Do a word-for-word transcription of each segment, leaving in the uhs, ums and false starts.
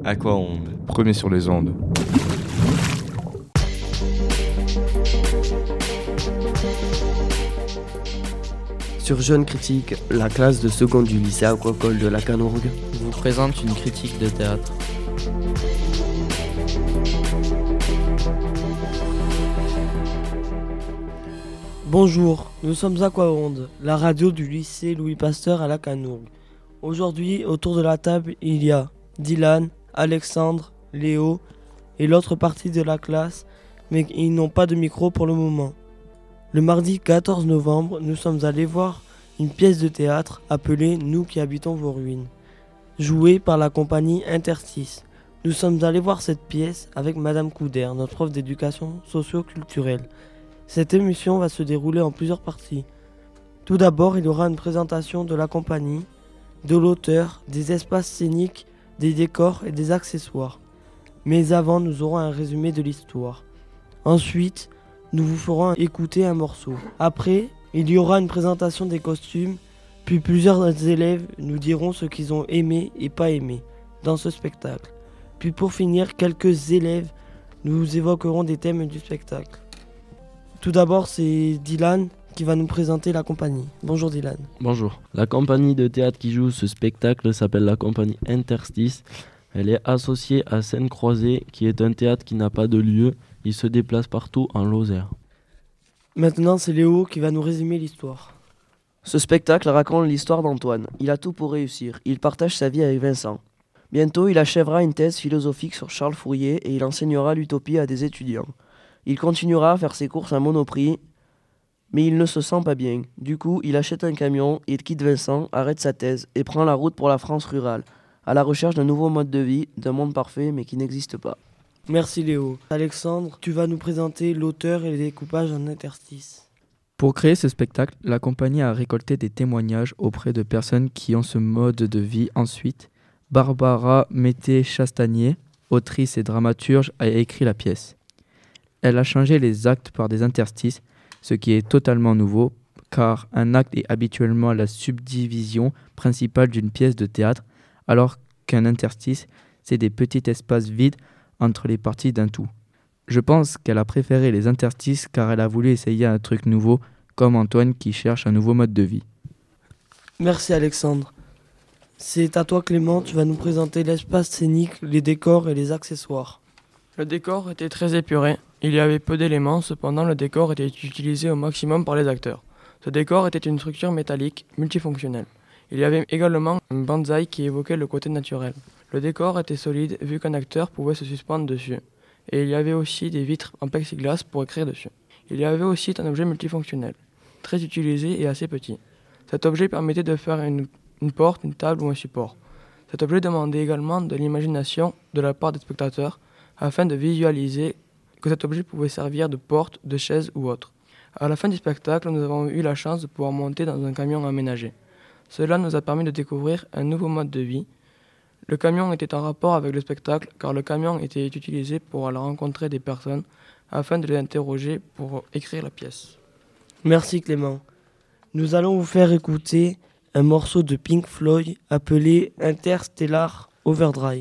Aquaonde. Premier sur les ondes. Sur Jeune Critique, la classe de seconde du lycée aquacole de Lacanourgue vous présente une critique de théâtre. Bonjour, nous sommes Aquaonde, la radio du lycée Louis Pasteur à Lacanourgue. Aujourd'hui, autour de la table, il y a Dylan, Alexandre, Léo et l'autre partie de la classe, mais ils n'ont pas de micro pour le moment. Le mardi quatorze novembre, nous sommes allés voir une pièce de théâtre appelée « Nous qui habitons vos ruines », jouée par la compagnie Interstice. Nous sommes allés voir cette pièce avec Madame Couder, notre prof d'éducation socio-culturelle. Cette émission va se dérouler en plusieurs parties. Tout d'abord, il y aura une présentation de la compagnie, de l'auteur, des espaces scéniques, des décors et des accessoires. Mais avant, nous aurons un résumé de l'histoire. Ensuite, nous vous ferons écouter un morceau. Après, il y aura une présentation des costumes, puis plusieurs élèves nous diront ce qu'ils ont aimé et pas aimé dans ce spectacle. Puis pour finir, quelques élèves nous évoqueront des thèmes du spectacle. Tout d'abord, c'est Dylan qui va nous présenter la compagnie. Bonjour Dylan. Bonjour. La compagnie de théâtre qui joue ce spectacle s'appelle la compagnie Interstice. Elle est associée à Seine-Croisée, qui est un théâtre qui n'a pas de lieu. Il se déplace partout en Lozère. Maintenant, c'est Léo qui va nous résumer l'histoire. Ce spectacle raconte l'histoire d'Antoine. Il a tout pour réussir. Il partage sa vie avec Vincent. Bientôt, il achèvera une thèse philosophique sur Charles Fourier et il enseignera l'utopie à des étudiants. Il continuera à faire ses courses à Monoprix, mais il ne se sent pas bien. Du coup, il achète un camion, il quitte Vincent, arrête sa thèse et prend la route pour la France rurale, à la recherche d'un nouveau mode de vie, d'un monde parfait mais qui n'existe pas. Merci Léo. Alexandre, tu vas nous présenter l'auteur et les découpages en interstices. Pour créer ce spectacle, la compagnie a récolté des témoignages auprès de personnes qui ont ce mode de vie. Ensuite, Barbara Mété-Chastanier, autrice et dramaturge, a écrit la pièce. Elle a changé les actes par des interstices, ce qui est totalement nouveau, car un acte est habituellement la subdivision principale d'une pièce de théâtre, alors qu'un interstice, c'est des petits espaces vides entre les parties d'un tout. Je pense qu'elle a préféré les interstices car elle a voulu essayer un truc nouveau, comme Antoine qui cherche un nouveau mode de vie. Merci Alexandre. C'est à toi Clément, tu vas nous présenter l'espace scénique, les décors et les accessoires. Le décor était très épuré, il y avait peu d'éléments, cependant le décor était utilisé au maximum par les acteurs. Ce décor était une structure métallique multifonctionnelle. Il y avait également un bonsaï qui évoquait le côté naturel. Le décor était solide vu qu'un acteur pouvait se suspendre dessus. Et il y avait aussi des vitres en plexiglas pour écrire dessus. Il y avait aussi un objet multifonctionnel, très utilisé et assez petit. Cet objet permettait de faire une, une porte, une table ou un support. Cet objet demandait également de l'imagination de la part des spectateurs afin de visualiser que cet objet pouvait servir de porte, de chaise ou autre. À la fin du spectacle, nous avons eu la chance de pouvoir monter dans un camion aménagé. Cela nous a permis de découvrir un nouveau mode de vie. Le camion était en rapport avec le spectacle car le camion était utilisé pour aller rencontrer des personnes afin de les interroger pour écrire la pièce. Merci Clément. Nous allons vous faire écouter un morceau de Pink Floyd appelé Interstellar Overdrive.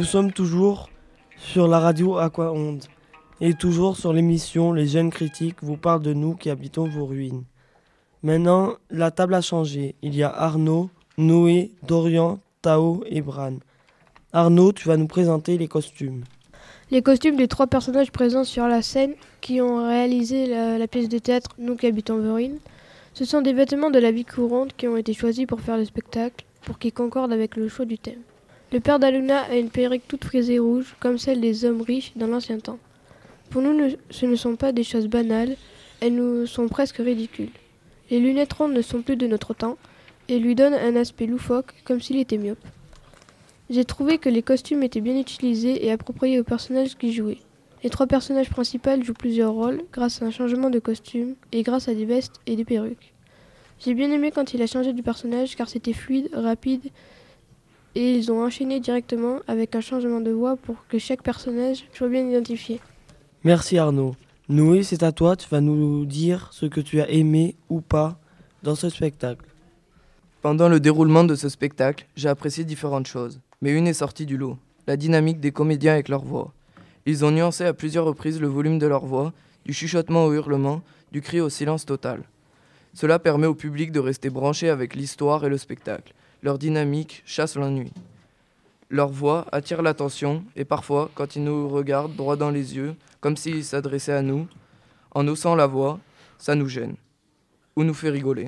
Nous sommes toujours sur la radio Aquaonde et toujours sur l'émission Les Jeunes Critiques vous parlent de nous qui habitons vos ruines. Maintenant, la table a changé. Il y a Arnaud, Noé, Dorian, Tao et Bran. Arnaud, tu vas nous présenter les costumes. Les costumes des trois personnages présents sur la scène qui ont réalisé la, la pièce de théâtre Nous qui habitons vos ruines, ce sont des vêtements de la vie courante qui ont été choisis pour faire le spectacle, pour qu'ils concordent avec le choix du thème. Le père d'Aluna a une perruque toute frisée rouge, comme celle des hommes riches dans l'ancien temps. Pour nous, ce ne sont pas des choses banales, elles nous sont presque ridicules. Les lunettes rondes ne sont plus de notre temps et lui donnent un aspect loufoque, comme s'il était myope. J'ai trouvé que les costumes étaient bien utilisés et appropriés aux personnages qui jouaient. Les trois personnages principaux jouent plusieurs rôles grâce à un changement de costume et grâce à des vestes et des perruques. J'ai bien aimé quand il a changé du personnage car c'était fluide, rapide et ils ont enchaîné directement avec un changement de voix pour que chaque personnage soit bien identifié. Merci Arnaud. Noé, c'est à toi, tu vas nous dire ce que tu as aimé ou pas dans ce spectacle. Pendant le déroulement de ce spectacle, j'ai apprécié différentes choses, mais une est sortie du lot, la dynamique des comédiens avec leur voix. Ils ont nuancé à plusieurs reprises le volume de leur voix, du chuchotement au hurlement, du cri au silence total. Cela permet au public de rester branché avec l'histoire et le spectacle. Leur dynamique chasse l'ennui. Leur voix attire l'attention et parfois, quand ils nous regardent droit dans les yeux, comme s'ils s'adressaient à nous, en haussant la voix, ça nous gêne ou nous fait rigoler.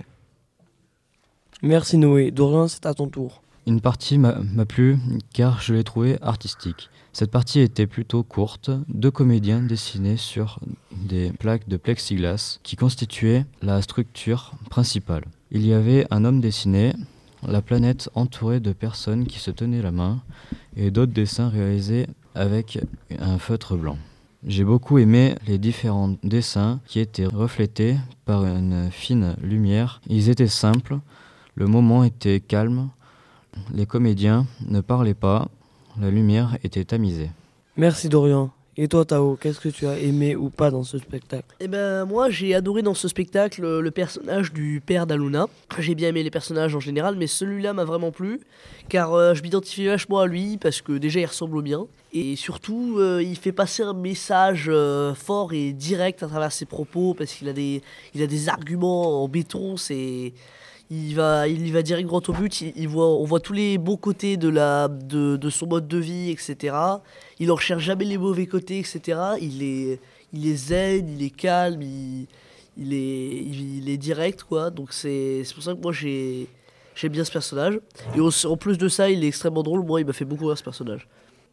Merci Noé. Dorian, c'est à ton tour. Une partie m'a, m'a plu car je l'ai trouvée artistique. Cette partie était plutôt courte. Deux comédiens dessinaient sur des plaques de plexiglas qui constituaient la structure principale. Il y avait un homme dessiné, la planète entourée de personnes qui se tenaient la main et d'autres dessins réalisés avec un feutre blanc. J'ai beaucoup aimé les différents dessins qui étaient reflétés par une fine lumière. Ils étaient simples, le moment était calme, les comédiens ne parlaient pas, la lumière était tamisée. Merci Dorian. Et toi Tao, qu'est-ce que tu as aimé ou pas dans ce spectacle ? Eh ben moi j'ai adoré dans ce spectacle euh, le personnage du père d'Aluna. J'ai bien aimé les personnages en général, mais celui-là m'a vraiment plu car euh, je m'identifie vachement à lui parce que déjà il ressemble au mien et surtout euh, il fait passer un message euh, fort et direct à travers ses propos parce qu'il a des, il a des arguments en béton, c'est... Il va, il y va direct droit au but, il, il voit, on voit tous les bons côtés de, la, de, de son mode de vie, et cetera. Il n'en recherche jamais les mauvais côtés, et cetera. Il est, il est zen, il est calme, il, il, est, il, il est direct, quoi. Donc c'est, c'est pour ça que moi j'ai, j'aime bien ce personnage. Et en, en plus de ça, il est extrêmement drôle, moi il m'a fait beaucoup rire ce personnage.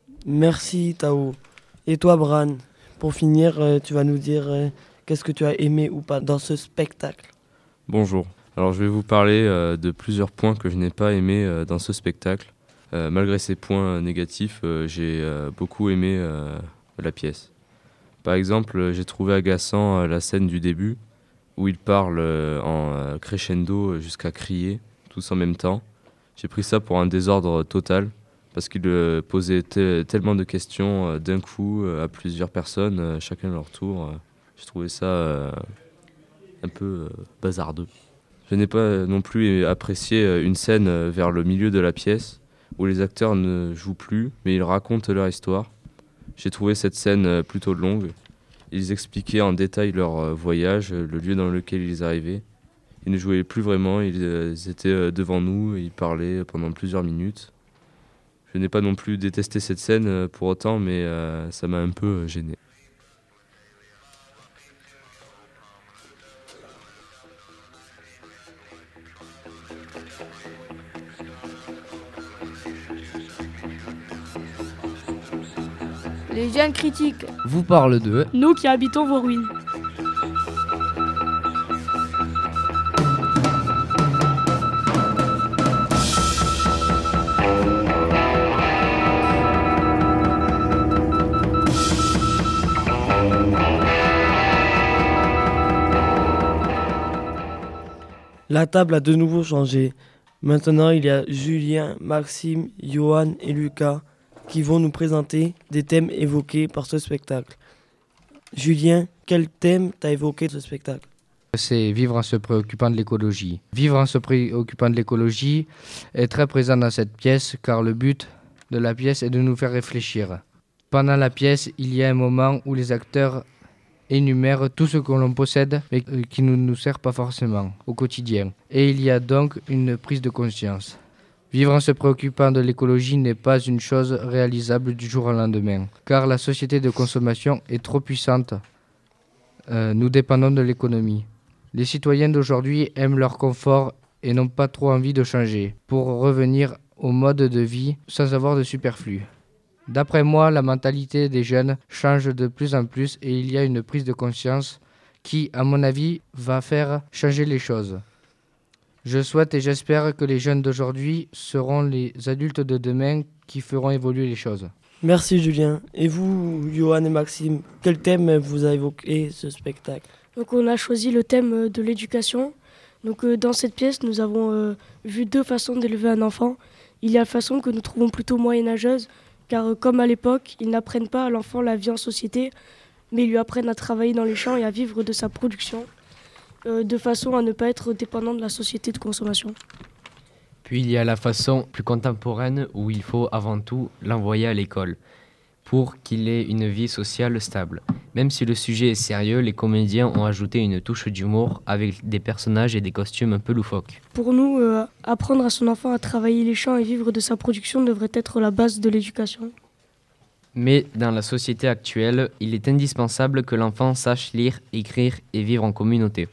Merci Tao. Et toi Bran, pour finir, euh, tu vas nous dire euh, qu'est-ce que tu as aimé ou pas dans ce spectacle ? Bonjour. Alors je vais vous parler euh, de plusieurs points que je n'ai pas aimés euh, dans ce spectacle. Euh, malgré ces points négatifs, euh, j'ai euh, beaucoup aimé euh, la pièce. Par exemple, euh, j'ai trouvé agaçant euh, la scène du début, où il parle euh, en euh, crescendo jusqu'à crier, tous en même temps. J'ai pris ça pour un désordre total, parce qu'il euh, posait te- tellement de questions euh, d'un coup euh, à plusieurs personnes, euh, chacun à leur tour. Euh, j'ai trouvé ça euh, un peu euh, bazardeux. Je n'ai pas non plus apprécié une scène vers le milieu de la pièce où les acteurs ne jouent plus, mais ils racontent leur histoire. J'ai trouvé cette scène plutôt longue. Ils expliquaient en détail leur voyage, le lieu dans lequel ils arrivaient. Ils ne jouaient plus vraiment, ils étaient devant nous et ils parlaient pendant plusieurs minutes. Je n'ai pas non plus détesté cette scène pour autant, mais ça m'a un peu gêné. Les jeunes critiques, vous parle de nous qui habitons vos ruines. La table a de nouveau changé. Maintenant, il y a Julien, Maxime, Johan et Lucas qui vont nous présenter des thèmes évoqués par ce spectacle. Julien, quel thème t'as évoqué de ce spectacle ? C'est vivre en se préoccupant de l'écologie. Vivre en se préoccupant de l'écologie est très présent dans cette pièce car le but de la pièce est de nous faire réfléchir. Pendant la pièce, il y a un moment où les acteurs énumèrent tout ce que l'on possède mais qui ne nous sert pas forcément au quotidien. Et il y a donc une prise de conscience. Vivre en se préoccupant de l'écologie n'est pas une chose réalisable du jour au lendemain, car la société de consommation est trop puissante. Euh, nous dépendons de l'économie. Les citoyens d'aujourd'hui aiment leur confort et n'ont pas trop envie de changer pour revenir au mode de vie sans avoir de superflu. D'après moi, la mentalité des jeunes change de plus en plus et il y a une prise de conscience qui, à mon avis, va faire changer les choses. Je souhaite et j'espère que les jeunes d'aujourd'hui seront les adultes de demain qui feront évoluer les choses. Merci Julien. Et vous, Johan et Maxime, quel thème vous a évoqué ce spectacle ? Donc on a choisi le thème de l'éducation. Donc euh, dans cette pièce, nous avons euh, vu deux façons d'élever un enfant. Il y a la façon que nous trouvons plutôt moyenâgeuse, car euh, comme à l'époque, ils n'apprennent pas à l'enfant la vie en société, mais ils lui apprennent à travailler dans les champs et à vivre de sa production, euh, de façon à ne pas être dépendant de la société de consommation. Puis il y a la façon plus contemporaine où il faut avant tout l'envoyer à l'école pour qu'il ait une vie sociale stable. Même si le sujet est sérieux, les comédiens ont ajouté une touche d'humour avec des personnages et des costumes un peu loufoques. Pour nous, euh, apprendre à son enfant à travailler les champs et vivre de sa production devrait être la base de l'éducation. Mais dans la société actuelle, il est indispensable que l'enfant sache lire, écrire et vivre en communauté.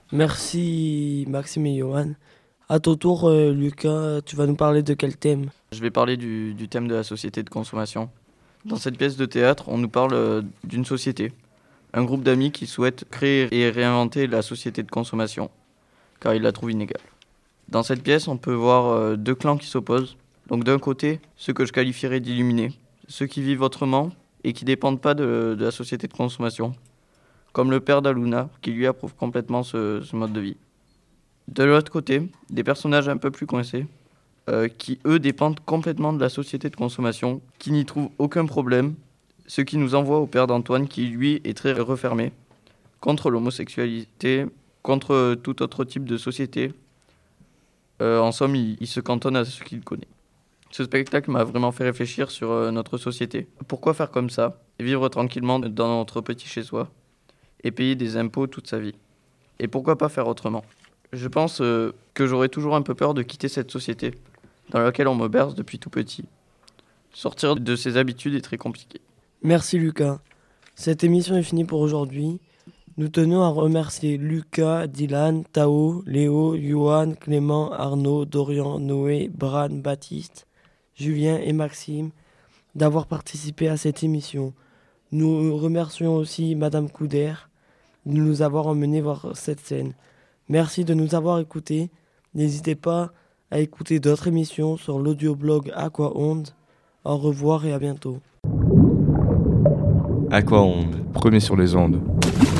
Merci Maxime et Johan. À ton tour, euh, Lucas, tu vas nous parler de quel thème ? Je vais parler du, du thème de la société de consommation. Dans cette pièce de théâtre, on nous parle euh, d'une société. Un groupe d'amis qui souhaitent créer et réinventer la société de consommation, car ils la trouvent inégale. Dans cette pièce, on peut voir euh, deux clans qui s'opposent. Donc d'un côté, ceux que je qualifierais d'illuminés, ceux qui vivent autrement et qui ne dépendent pas de, de la société de consommation, comme le père d'Aluna, qui lui approuve complètement ce, ce mode de vie. De l'autre côté, des personnages un peu plus coincés, Euh, qui, eux, dépendent complètement de la société de consommation, qui n'y trouvent aucun problème, ce qui nous envoie au père d'Antoine, qui, lui, est très refermé, contre l'homosexualité, contre tout autre type de société. Euh, en somme, il, il se cantonne à ce qu'il connaît. Ce spectacle m'a vraiment fait réfléchir sur euh, notre société. Pourquoi faire comme ça, et vivre tranquillement dans notre petit chez-soi, et payer des impôts toute sa vie ? Et pourquoi pas faire autrement ? Je pense euh, que j'aurais toujours un peu peur de quitter cette société, dans laquelle on me berce depuis tout petit. Sortir de ses habitudes est très compliqué. Merci Lucas. Cette émission est finie pour aujourd'hui. Nous tenons à remercier Lucas, Dylan, Tao, Léo, Johan, Clément, Arnaud, Dorian, Noé, Bran, Baptiste, Julien et Maxime d'avoir participé à cette émission. Nous remercions aussi Madame Couder de nous avoir emmenés voir cette scène. Merci de nous avoir écoutés. N'hésitez pas à écouter d'autres émissions sur l'audioblog Aquaonde. Au revoir et à bientôt. Aquaonde, premier sur les ondes.